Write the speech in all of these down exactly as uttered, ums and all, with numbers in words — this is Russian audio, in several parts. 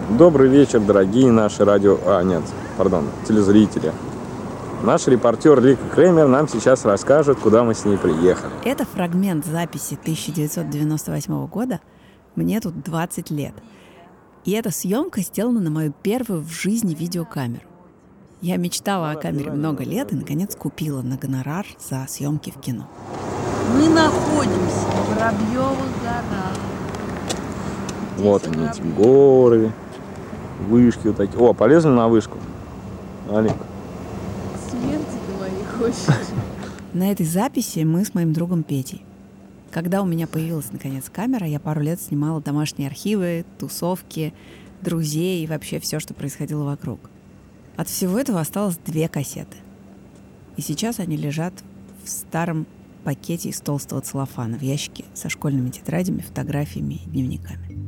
Добрый вечер, дорогие наши радио... А, нет, пардон, телезрители. Наш репортер Лика Кремер нам сейчас расскажет, куда мы с ней приехали. Это фрагмент записи тысяча девятьсот девяносто восьмого года. Мне тут двадцать лет. И эта съемка сделана на мою первую в жизни видеокамеру. Я мечтала о камере много лет и, наконец, купила на гонорар за съемки в кино. Мы находимся в Воробьевых горах. Вот они, эти горы, вышки вот такие. О, полезли на вышку. Алик. Смерти твоей хочешь? На этой записи мы с моим другом Петей. Когда у меня появилась, наконец, камера, я пару лет снимала домашние архивы, тусовки, друзей и вообще все, что происходило вокруг. От всего этого осталось две кассеты. И сейчас они лежат в старом пакете из толстого целлофана в ящике со школьными тетрадями, фотографиями и дневниками.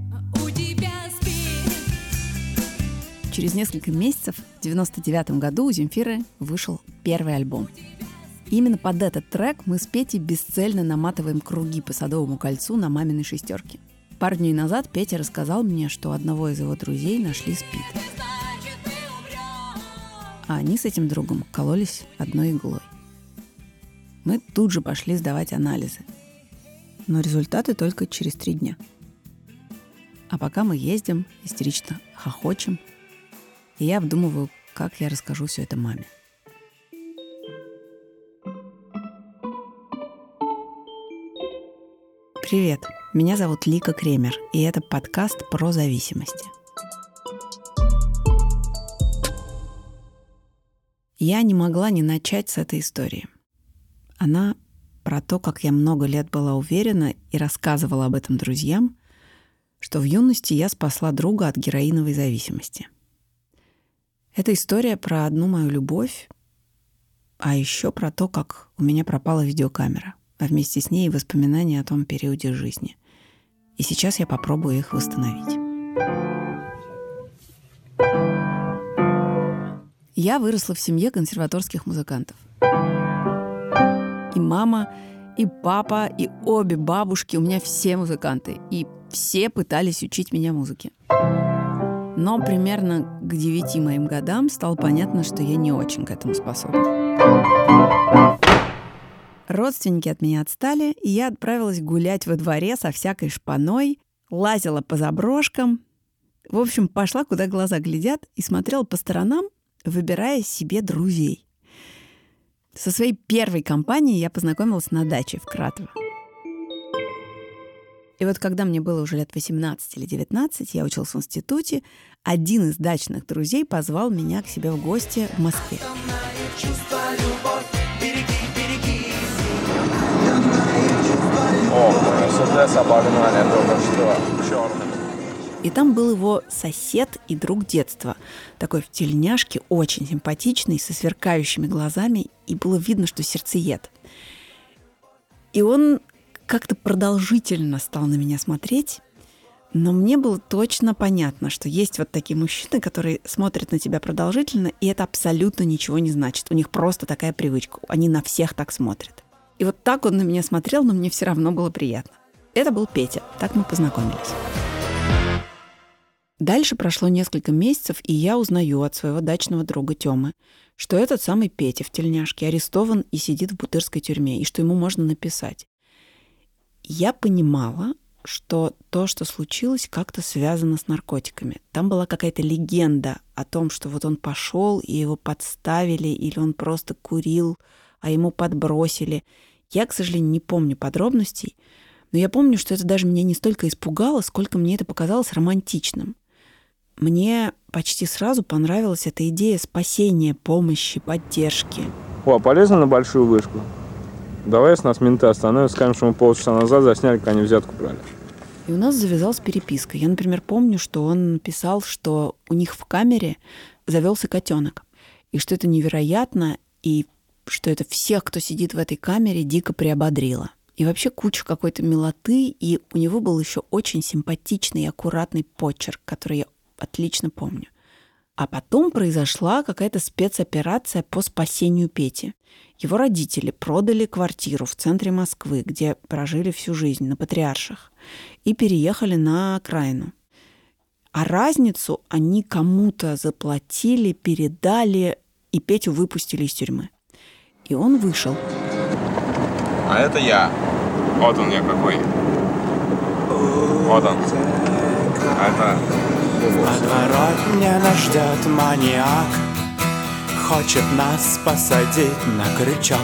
Через несколько месяцев, в девяносто девятом году, у Земфиры вышел первый альбом. И именно под этот трек мы с Петей бесцельно наматываем круги по Садовому кольцу на маминой шестерке. Пару дней назад Петя рассказал мне, что одного из его друзей нашли спит. А они с этим другом кололись одной иглой. Мы тут же пошли сдавать анализы. Но результаты только через три дня. А пока мы ездим, истерично хохочем, и я обдумываю, как я расскажу все это маме. Привет, меня зовут Лика Кремер, и это подкаст про зависимости. Я не могла не начать с этой истории. Она про то, как я много лет была уверена и рассказывала об этом друзьям, что в юности я спасла друга от героиновой зависимости. Это история про одну мою любовь, а еще про то, как у меня пропала видеокамера, а вместе с ней воспоминания о том периоде жизни. И сейчас я попробую их восстановить. Я выросла в семье консерваторских музыкантов. И мама, и папа, и обе бабушки, у меня все музыканты, и все пытались учить меня музыке. Но примерно к девяти моим годам стало понятно, что я не очень к этому способна. Родственники от меня отстали, и я отправилась гулять во дворе со всякой шпаной, лазила по заброшкам. В общем, пошла, куда глаза глядят, и смотрела по сторонам, выбирая себе друзей. Со своей первой компанией я познакомилась на даче в Кратово. И вот когда мне было уже лет восемнадцать или девятнадцать, я училась в институте, один из дачных друзей позвал меня к себе в гости в Москве. И там был его сосед и друг детства. Такой в тельняшке, очень симпатичный, со сверкающими глазами, и было видно, что сердцеед. И он как-то продолжительно стал на меня смотреть, но мне было точно понятно, что есть вот такие мужчины, которые смотрят на тебя продолжительно, и это абсолютно ничего не значит. У них просто такая привычка. Они на всех так смотрят. И вот так он на меня смотрел, но мне все равно было приятно. Это был Петя. Так мы познакомились. Дальше прошло несколько месяцев, и я узнаю от своего дачного друга Тёмы, что этот самый Петя в тельняшке арестован и сидит в бутырской тюрьме, и что ему можно написать. Я понимала, что то, что случилось, как-то связано с наркотиками. Там была какая-то легенда о том, что вот он пошел, и его подставили, или он просто курил, а ему подбросили. Я, к сожалению, не помню подробностей, но я помню, что это даже меня не столько испугало, сколько мне это показалось романтичным. Мне почти сразу понравилась эта идея спасения, помощи, поддержки. О, полезно на большую вышку? Давай, если нас менты остановят, скажем, что мы полчаса назад засняли, как они взятку брали. И у нас завязалась переписка. Я, например, помню, что он написал, что у них в камере завелся котенок, и что это невероятно, и что это всех, кто сидит в этой камере, дико приободрило. И вообще куча какой-то милоты, и у него был еще очень симпатичный и аккуратный почерк, который я отлично помню. А потом произошла какая-то спецоперация по спасению Пети. Его родители продали квартиру в центре Москвы, где прожили всю жизнь, на Патриарших, и переехали на окраину. А разницу они кому-то заплатили, передали, и Петю выпустили из тюрьмы. И он вышел. А это я. Вот он я какой. Вот он. А это... Подворотня нас ждет маньяк, хочет нас посадить на крючок.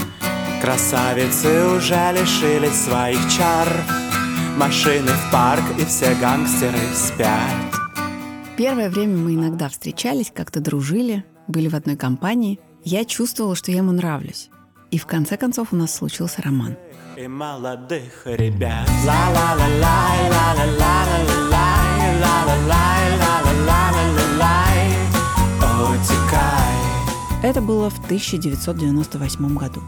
Красавицы уже лишились своих чар, машины в парк и все гангстеры спят. Первое время мы иногда встречались, как-то дружили, были в одной компании. Я чувствовала, что я ему нравлюсь. И в конце концов у нас случился роман. И молодых ребят. Ла-ла-ла-лай, ла-ла-ла-ла-лай, ла-ла-лай, ла-ла-ла-ла-лай, утекай. Это было в тысяча девятьсот девяносто восьмом году.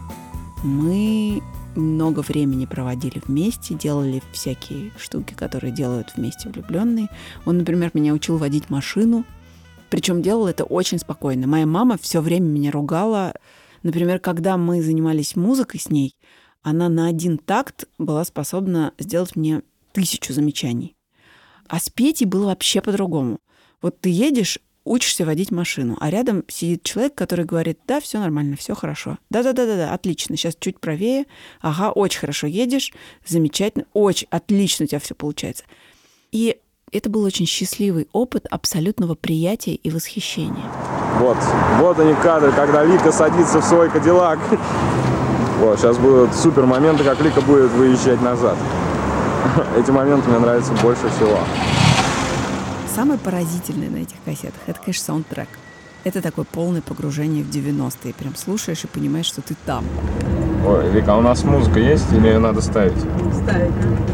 Мы много времени проводили вместе, делали всякие штуки, которые делают вместе влюбленные. Он, например, меня учил водить машину, причем делал это очень спокойно. Моя мама все время меня ругала. Например, когда мы занимались музыкой с ней, она на один такт была способна сделать мне тысячу замечаний. А с Петей было вообще по-другому. Вот ты едешь, учишься водить машину, а рядом сидит человек, который говорит: да, все нормально, все хорошо. Да-да-да-да, отлично, сейчас чуть правее. Ага, очень хорошо едешь, замечательно, очень отлично у тебя все получается. И это был очень счастливый опыт абсолютного приятия и восхищения. Вот, вот они кадры, когда Лика садится в свой Кадиллак. Вот, сейчас будут супер моменты, как Лика будет выезжать назад. Эти моменты мне нравятся больше всего. Самое поразительное на этих кассетах — это, конечно, саундтрек. Это такое полное погружение в девяностые. Прям слушаешь и понимаешь, что ты там. Ой, Вика, а у нас музыка есть или ее надо ставить? Ставить.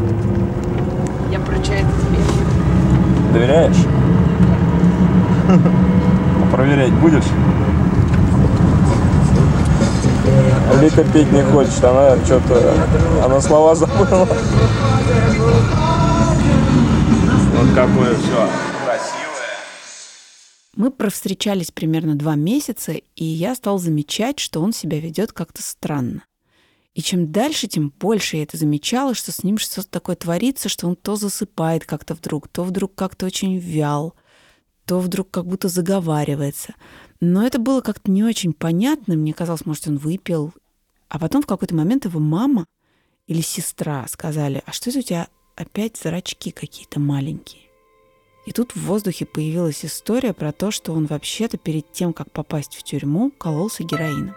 Я поручаю это тебе. Доверяешь? А проверять будешь? Лика петь не хочет, она что-то... Она слова забыла. Вот какое все красивое. Мы провстречались примерно два месяца, и я стал замечать, что он себя ведет как-то странно. И чем дальше, тем больше я это замечала, что с ним что-то такое творится, что он то засыпает как-то вдруг, то вдруг как-то очень вял, то вдруг как будто заговаривается. Но это было как-то не очень понятно. Мне казалось, может, он выпил. А потом в какой-то момент его мама или сестра сказали: а что это у тебя опять зрачки какие-то маленькие? И тут в воздухе появилась история про то, что он вообще-то перед тем, как попасть в тюрьму, кололся героином.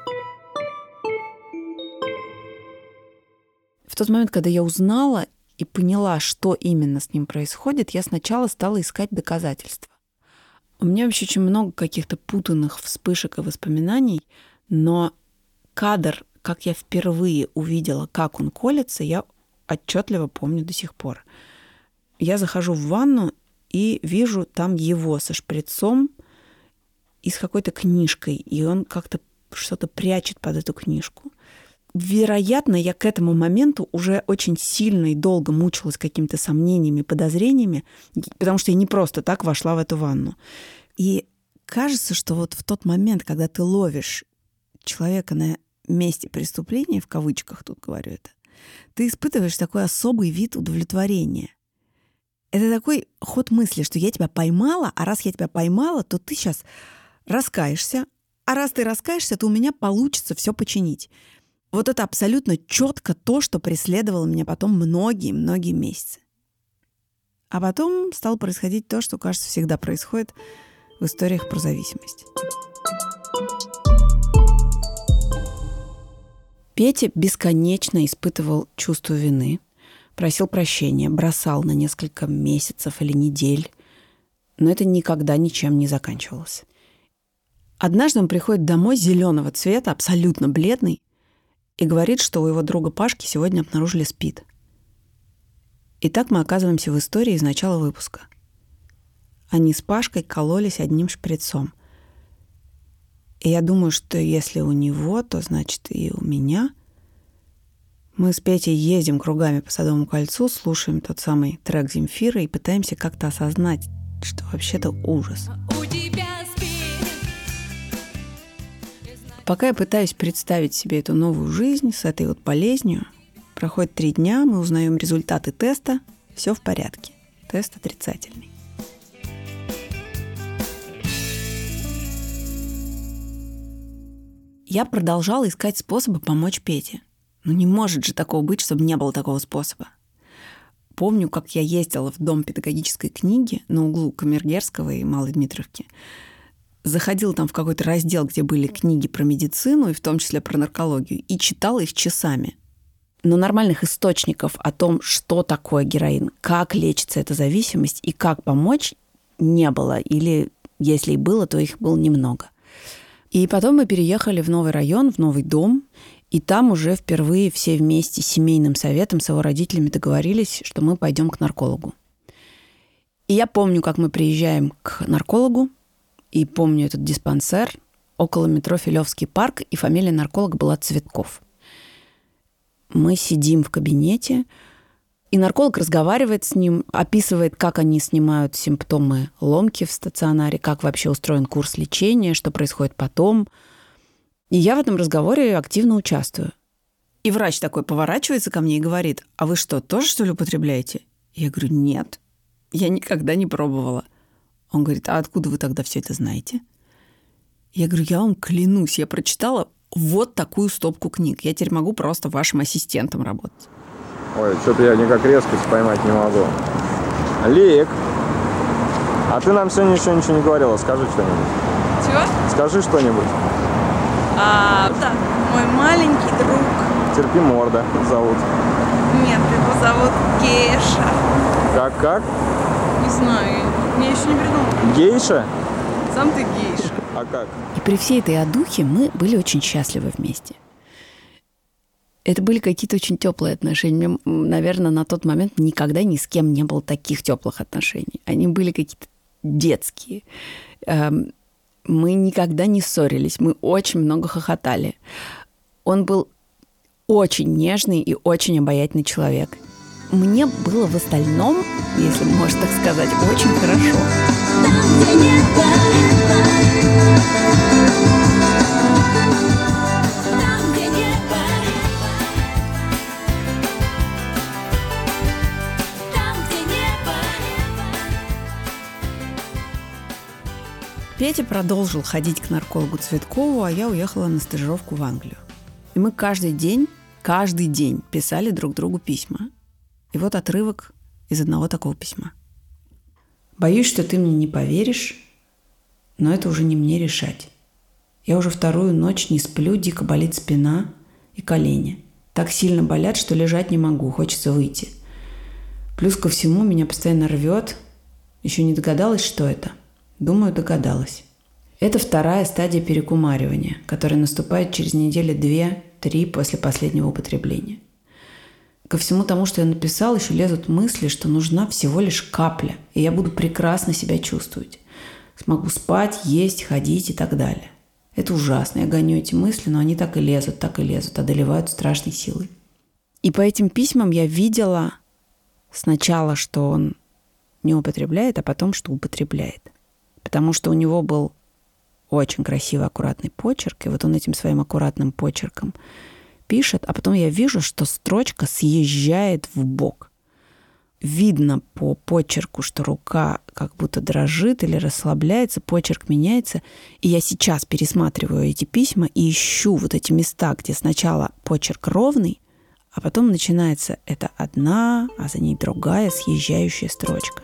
В тот момент, когда я узнала и поняла, что именно с ним происходит, я сначала стала искать доказательства. У меня вообще очень много каких-то путанных вспышек и воспоминаний, но кадр, как я впервые увидела, как он колется, я отчетливо помню до сих пор. Я захожу в ванну и вижу там его со шприцом и с какой-то книжкой, и он как-то что-то прячет под эту книжку. Вероятно, я к этому моменту уже очень сильно и долго мучилась какими-то сомнениями, подозрениями, потому что я не просто так вошла в эту ванну. И кажется, что вот в тот момент, когда ты ловишь человека на месте преступления, в кавычках тут говорю это, ты испытываешь такой особый вид удовлетворения. Это такой ход мысли, что я тебя поймала, а раз я тебя поймала, то ты сейчас раскаешься, а раз ты раскаешься, то у меня получится все починить. Вот это абсолютно четко то, что преследовало меня потом многие-многие месяцы. А потом стало происходить то, что, кажется, всегда происходит в историях про зависимость. Петя бесконечно испытывал чувство вины, просил прощения, бросал на несколько месяцев или недель, но это никогда ничем не заканчивалось. Однажды он приходит домой зеленого цвета, абсолютно бледный, и говорит, что у его друга Пашки сегодня обнаружили СПИД. И так мы оказываемся в истории из начала выпуска. Они с Пашкой кололись одним шприцом. И я думаю, что если у него, то значит и у меня. Мы с Петей ездим кругами по Садовому кольцу, слушаем тот самый трек Земфиры и пытаемся как-то осознать, что вообще-то ужас. Пока я пытаюсь представить себе эту новую жизнь с этой вот болезнью, проходит три дня, мы узнаем результаты теста, все в порядке. Тест отрицательный. Я продолжала искать способы помочь Пете. Ну не может же такого быть, чтобы не было такого способа. Помню, как я ездила в Дом педагогической книги на углу Камергерского и Малой Дмитровки. Заходила там в какой-то раздел, где были книги про медицину, и в том числе про наркологию, и читала их часами. Но нормальных источников о том, что такое героин, как лечится эта зависимость и как помочь, не было. Или если и было, то их было немного. И потом мы переехали в новый район, в новый дом, и там уже впервые все вместе с семейным советом, с его родителями договорились, что мы пойдем к наркологу. И я помню, как мы приезжаем к наркологу, и помню этот диспансер около метро Филевский парк, и фамилия нарколога была Цветков. Мы сидим в кабинете, и нарколог разговаривает с ним, описывает, как они снимают симптомы ломки в стационаре, как вообще устроен курс лечения, что происходит потом. И я в этом разговоре активно участвую. И врач такой поворачивается ко мне и говорит: «А вы что, тоже, что ли, употребляете?» Я говорю: «Нет, я никогда не пробовала». Он говорит: «А откуда вы тогда все это знаете?» Я говорю: «Я вам клянусь, я прочитала вот такую стопку книг. Я теперь могу просто вашим ассистентом работать». Ой, что-то я никак резкость поймать не могу. Лик, а ты нам сегодня еще ничего не говорила. Скажи что-нибудь. Чего? Скажи что-нибудь. А, да, мой маленький друг. Терпи, морда зовут. Нет, его зовут Гейша. Как, как? Не знаю, я еще не придумала. Гейша? Сам ты гейша. А как? И при всей этой одухе мы были очень счастливы вместе. Это были какие-то очень теплые отношения. Мне, наверное, на тот момент никогда ни с кем не было таких теплых отношений. Они были какие-то детские. Мы никогда не ссорились. Мы очень много хохотали. Он был очень нежный и очень обаятельный человек. Мне было в остальном, если можно так сказать, очень хорошо. Петя продолжил ходить к наркологу Цветкову, а я уехала на стажировку в Англию. И мы каждый день, каждый день писали друг другу письма. И вот отрывок из одного такого письма. «Боюсь, что ты мне не поверишь, но это уже не мне решать. Я уже вторую ночь не сплю, дико болит спина и колени. Так сильно болят, что лежать не могу, хочется выйти. Плюс ко всему меня постоянно рвет. Еще не догадалась, что это? Думаю, догадалась. Это вторая стадия перекумаривания, которая наступает через недели две-три после последнего употребления. Ко всему тому, что я написал, еще лезут мысли, что нужна всего лишь капля, и я буду прекрасно себя чувствовать. Смогу спать, есть, ходить и так далее. Это ужасно. Я гоню эти мысли, но они так и лезут, так и лезут, одолевают страшной силой. И по этим письмам я видела сначала, что он не употребляет, а потом, что употребляет. Потому что у него был очень красивый, аккуратный почерк, и вот он этим своим аккуратным почерком пишет, а потом я вижу, что строчка съезжает в бок. Видно по почерку, что рука как будто дрожит или расслабляется, почерк меняется. И я сейчас пересматриваю эти письма и ищу вот эти места, где сначала почерк ровный, а потом начинается это одна, а за ней другая съезжающая строчка.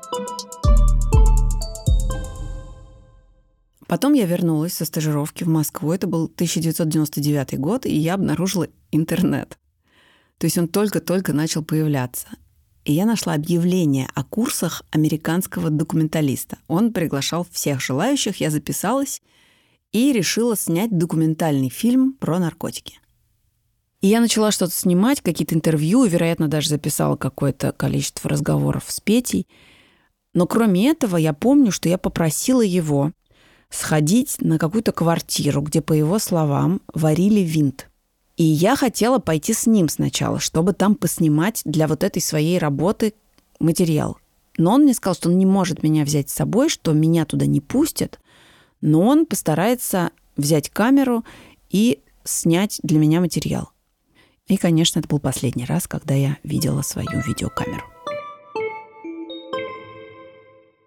Потом я вернулась со стажировки в Москву. Это был тысяча девятьсот девяносто девятый год, и я обнаружила интернет. То есть он только-только начал появляться. И я нашла объявление о курсах американского документалиста. Он приглашал всех желающих, я записалась и решила снять документальный фильм про наркотики. И я начала что-то снимать, какие-то интервью, и, вероятно, даже записала какое-то количество разговоров с Петей. Но кроме этого, я помню, что я попросила его сходить на какую-то квартиру, где, по его словам, варили винт. И я хотела пойти с ним сначала, чтобы там поснимать для вот этой своей работы материал. Но он мне сказал, что он не может меня взять с собой, что меня туда не пустят, но он постарается взять камеру и снять для меня материал. И, конечно, это был последний раз, когда я видела свою видеокамеру.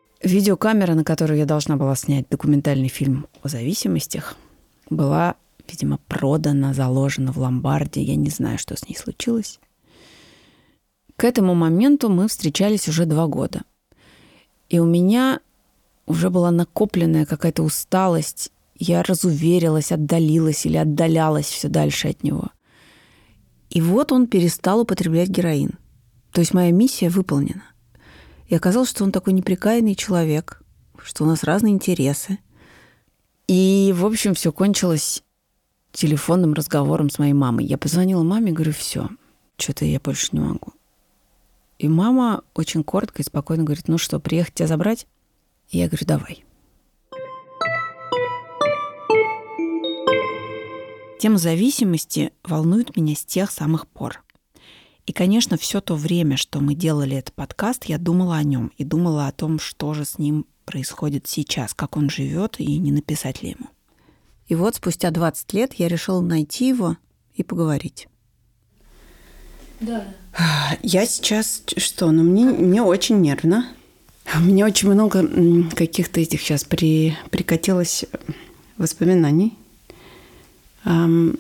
Видеокамера, на которую я должна была снять документальный фильм о зависимостях, была видимо, продана, заложена в ломбарде. Я не знаю, что с ней случилось. К этому моменту мы встречались уже два года. И у меня уже была накопленная какая-то усталость. Я разуверилась, отдалилась или отдалялась все дальше от него. И вот он перестал употреблять героин. То есть моя миссия выполнена. И оказалось, что он такой неприкаянный человек, что у нас разные интересы. И, в общем, все кончилось телефонным разговором с моей мамой. Я позвонила маме и говорю, все, что-то я больше не могу. И мама очень коротко и спокойно говорит, ну что, приехать тебя забрать? И я говорю, давай. Тема зависимости волнует меня с тех самых пор. И, конечно, все то время, что мы делали этот подкаст, я думала о нем и думала о том, что же с ним происходит сейчас, как он живет и не написать ли ему. И вот спустя двадцать лет я решила найти его и поговорить. Да. Я сейчас что? Ну, мне, мне очень нервно. Мне очень много каких-то этих сейчас при, прикатилось воспоминаний. Um...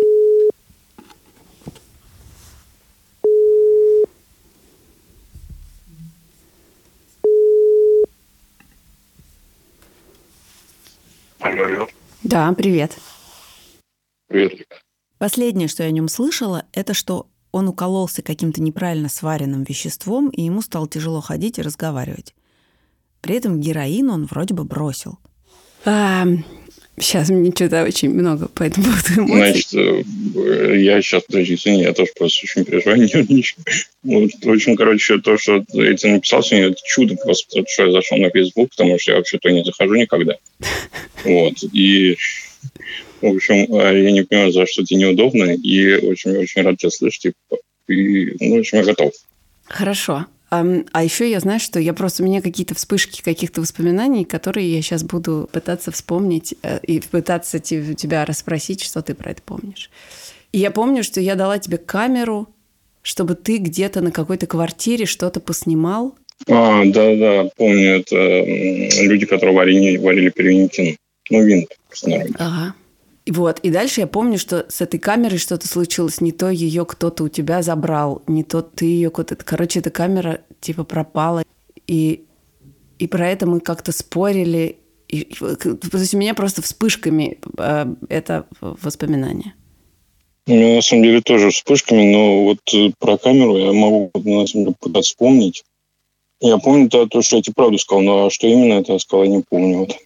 Алло. Да, привет. Привет. Последнее, что я о нем слышала, это что он укололся каким-то неправильно сваренным веществом, и ему стало тяжело ходить и разговаривать. При этом героин он вроде бы бросил. А, сейчас мне что-то очень много по этому поводу эмоций. Значит, я сейчас, даже извини, я тоже просто очень переживаю, нервничаю. Вот, в общем, короче, то, что я тебе написал сегодня, это чудо просто, что я зашел на Facebook, потому что я вообще-то не захожу никогда. Вот, и... В общем, я не понимаю, за что тебе неудобно, и очень-очень рад тебя слышать, и, ну, в общем, я готов. Хорошо. А, а еще я знаю, что я просто... У меня какие-то вспышки каких-то воспоминаний, которые я сейчас буду пытаться вспомнить и пытаться тебя расспросить, что ты про это помнишь. И я помню, что я дала тебе камеру, чтобы ты где-то на какой-то квартире что-то поснимал. А, да-да, помню, это люди, которые варили, варили первентин. Ну, винт, просто народе. Ага. И вот, и дальше я помню, что с этой камерой что-то случилось. Не то ее кто-то у тебя забрал, не то ты ее куда-то... Короче, эта камера типа пропала. И, и про это мы как-то спорили. И, то есть у меня просто вспышками э, это воспоминание. У меня на самом деле тоже вспышками, но вот про камеру я могу на самом деле пытаться вспомнить. Я помню то, то, что я тебе правду сказал, но что именно это я сказал, я не помню. Вот.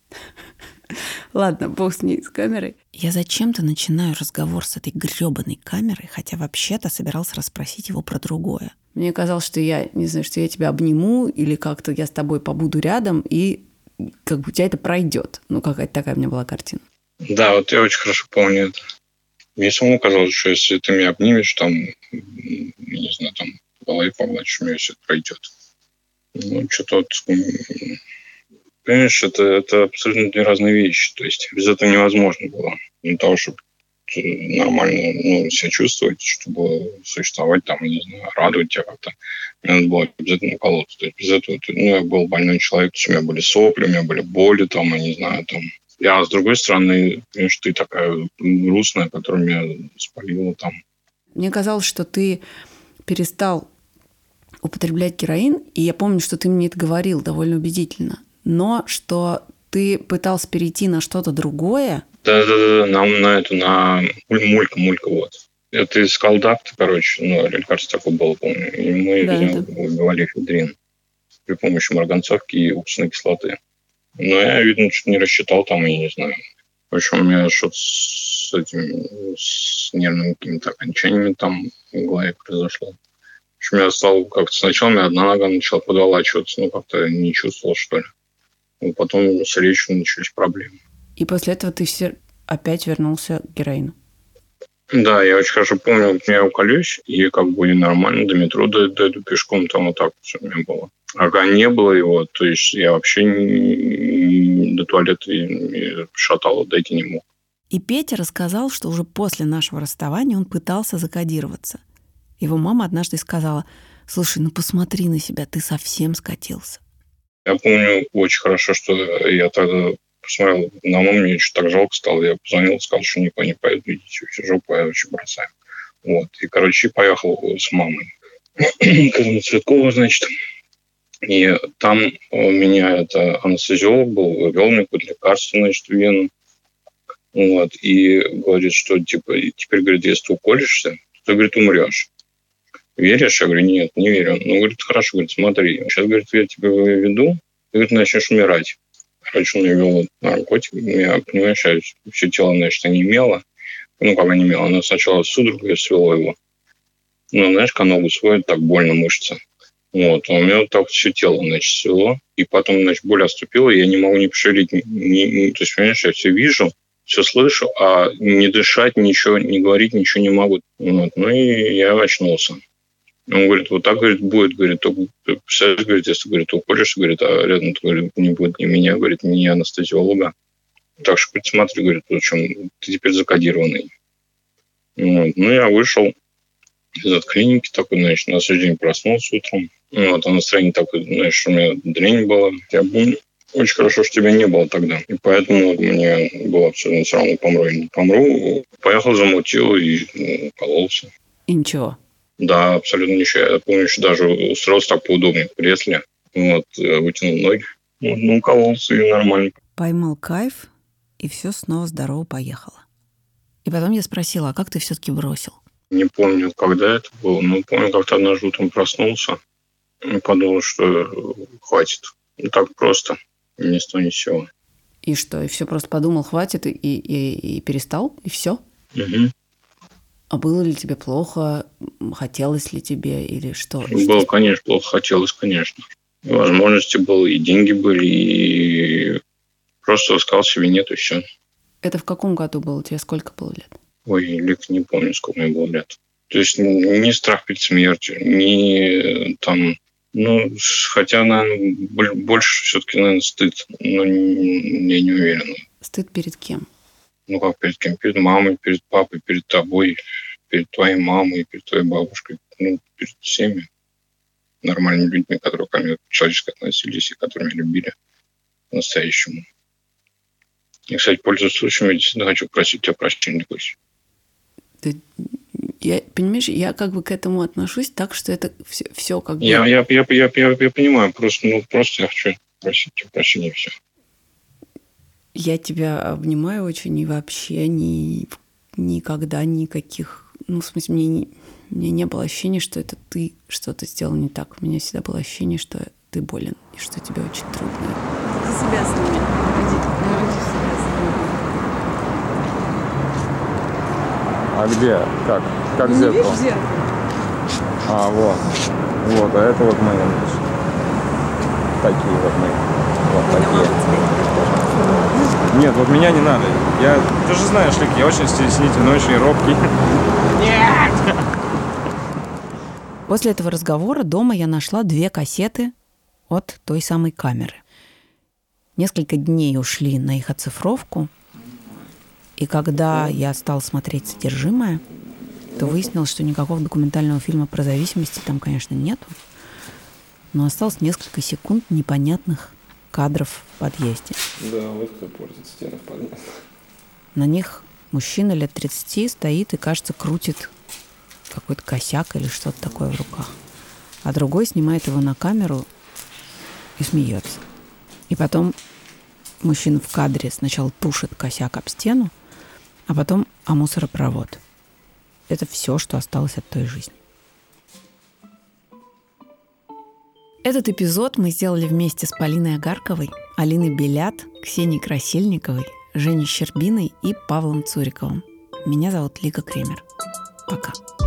Ладно, бог с ней, с камерой. Я зачем-то начинаю разговор с этой грёбаной камерой, хотя вообще-то собирался расспросить его про другое. Мне казалось, что я, не знаю, что я тебя обниму или как-то я с тобой побуду рядом, и как бы у тебя это пройдет. Ну, какая-то такая у меня была картина. Да, вот я очень хорошо помню это. Мне самому казалось, что если ты меня обнимешь, там, не знаю, там, по голове погладишь, у меня все это пройдет. Ну, что-то вот... Понимаешь, это, это абсолютно две разные вещи. То есть без этого невозможно было. Для того, чтобы нормально ну, себя чувствовать, чтобы существовать, там, не знаю, радовать тебя как-то, мне надо было обязательно уколоться. То есть без этого ну, я был больной человек, у меня были сопли, у меня были боли, там, я не знаю, там. А с другой стороны, конечно, ты такая грустная, которая меня спалила там. Мне казалось, что ты перестал употреблять героин, и я помню, что ты мне это говорил довольно убедительно. Но что ты пытался перейти на что-то другое. Да-да-да, на, на эту, на мулька, мулька, вот. Это из колдакта, короче, ну, лекарство такое было, помню. И мы да, убивали эфедрин при помощи марганцовки и уксусной кислоты. Но я, видно, что-то не рассчитал там, я не знаю. В общем, у меня что-то с этим, с нервными какими-то окончаниями там в голове произошло. В общем, я стал как-то сначала, у меня одна нога начала подволачиваться, ну, как-то не чувствовал, что ли. И потом с речью начались проблемы. И после этого ты все опять вернулся к героину? Да, я очень хорошо помню, вот я уколюсь, и как бы нормально до метро дойду пешком, там вот так все у меня было. А когда не было его, то есть я вообще не, до туалета шатало, дойти не мог. И Петя рассказал, что уже после нашего расставания он пытался закодироваться. Его мама однажды сказала: «Слушай, ну посмотри на себя, ты совсем скатился». Я помню очень хорошо, что я тогда посмотрел на маму, мне что-то так жалко стало. Я позвонил, сказал, что никуда не поеду, идите в жопу, я вообще бросаю. Вот. И, короче, поехал с мамой к Цветкову, значит. И там у меня это анестезиолог был, ввел мне какое-то лекарство, значит, в вену. Вот. И говорит, что, типа, теперь, говорит, если ты уколешься, то, говорит, умрешь. Веришь? Я говорю, нет, не верю. Ну, говорит, хорошо, говорит, смотри, сейчас, говорит, я тебя веду, ты, говорит, начнешь умирать. Короче, он мне ввел наркотик, я, понимаешь, я все тело, значит, онемело. Ну, как онемело, оно сначала судорогой свело его. Ну, знаешь, когда ногу сводит, так больно мышца. Вот, а у меня вот так все тело, значит, свело. И потом, значит, боль отступила, и я не могу не пошевелить. Ни, ни, то есть, понимаешь, я все вижу, все слышу, а не дышать, ничего, не говорить, ничего не могу. Вот, ну, и я очнулся. Он говорит, вот так, говорит, будет, говорит, только, представляешь, говорит, если, говорит, уколешься, говорит, а рядом, говорит, не будет ни меня, говорит, ни анестезиолога. Так что, говорит, смотри, говорит, в общем, ты теперь закодированный. Вот. Ну, я вышел из от клиники такой, значит, на следующий день проснулся утром. Вот, а настроение такое, знаешь, у меня дрянь была. Я помню, очень хорошо, что тебя не было тогда. И поэтому вот, мне было абсолютно все равно, помру или не помру. Поехал, замутил и ну, кололся. И ничего? Да, абсолютно ничего. Я помню, что даже устроился так поудобнее в кресле. Вот, вытянул ноги. Вот, ну, кололся и нормально. Поймал кайф, и все снова здорово поехало. И потом я спросила, а как ты все-таки бросил? Не помню, когда это было, но помню, как-то однажды утром проснулся и подумал, что хватит. Ну, так просто, ни с того, ни с сего. И что, и все просто подумал, хватит, и, и, и перестал, и все? Угу. А было ли тебе плохо, хотелось ли тебе, или что? Было, конечно, плохо, хотелось, конечно. И возможности было, и деньги были, и просто сказал себе нет, и все. Это в каком году было? Тебе сколько было лет? Ой, Лик, не помню, сколько мне было лет. То есть ни страх перед смертью, ни там... Ну, хотя, наверное, больше все-таки, наверное, стыд. Но я не уверен. Стыд перед кем? Ну, как перед кем? Перед мамой, перед папой, перед тобой, перед твоей мамой, перед твоей бабушкой. Ну, перед всеми нормальными людьми, которые ко мне человечески относились и которые меня любили по-настоящему. И, кстати, пользуясь случаем, я действительно хочу просить тебя прощения, Кость. Ты, я, понимаешь, я как бы к этому отношусь так, что это все, все как бы... Я, я, я, я, я, я понимаю, просто, ну, просто я хочу просить тебя прощения, и все. Я тебя обнимаю очень, и вообще ни, никогда никаких... Ну, в смысле, мне не, мне не было ощущения, что это ты что-то сделал не так. У меня всегда было ощущение, что ты болен, и что тебе очень трудно. За себя сними. Иди, иди себя сними. А где? Как? Как Ну, зеркало? не видишь зеркало? А, вот. Вот, а это вот мы. Такие вот мы. Вот такие. Нет, вот меня не надо. Я, ты же знаешь, Лик, я очень стеснительный, очень робкий. Нет! После этого разговора дома я нашла две кассеты от той самой камеры. Несколько дней ушли на их оцифровку. И когда я стала смотреть содержимое, то выяснилось, что никакого документального фильма про зависимости там, конечно, нету. Но осталось несколько секунд непонятных кадров в подъезде. Да, вот кто портит стены в подъезде. На них мужчина лет тридцати стоит и, кажется, крутит какой-то косяк или что-то такое в руках. А другой снимает его на камеру и смеется. И потом мужчина в кадре сначала тушит косяк об стену, а потом о мусоропровод. Это все, что осталось от той жизни. Этот эпизод мы сделали вместе с Полиной Агарковой, Алиной Белят, Ксенией Красильниковой, Женей Щербиной и Павлом Цуриковым. Меня зовут Лика Кремер. Пока.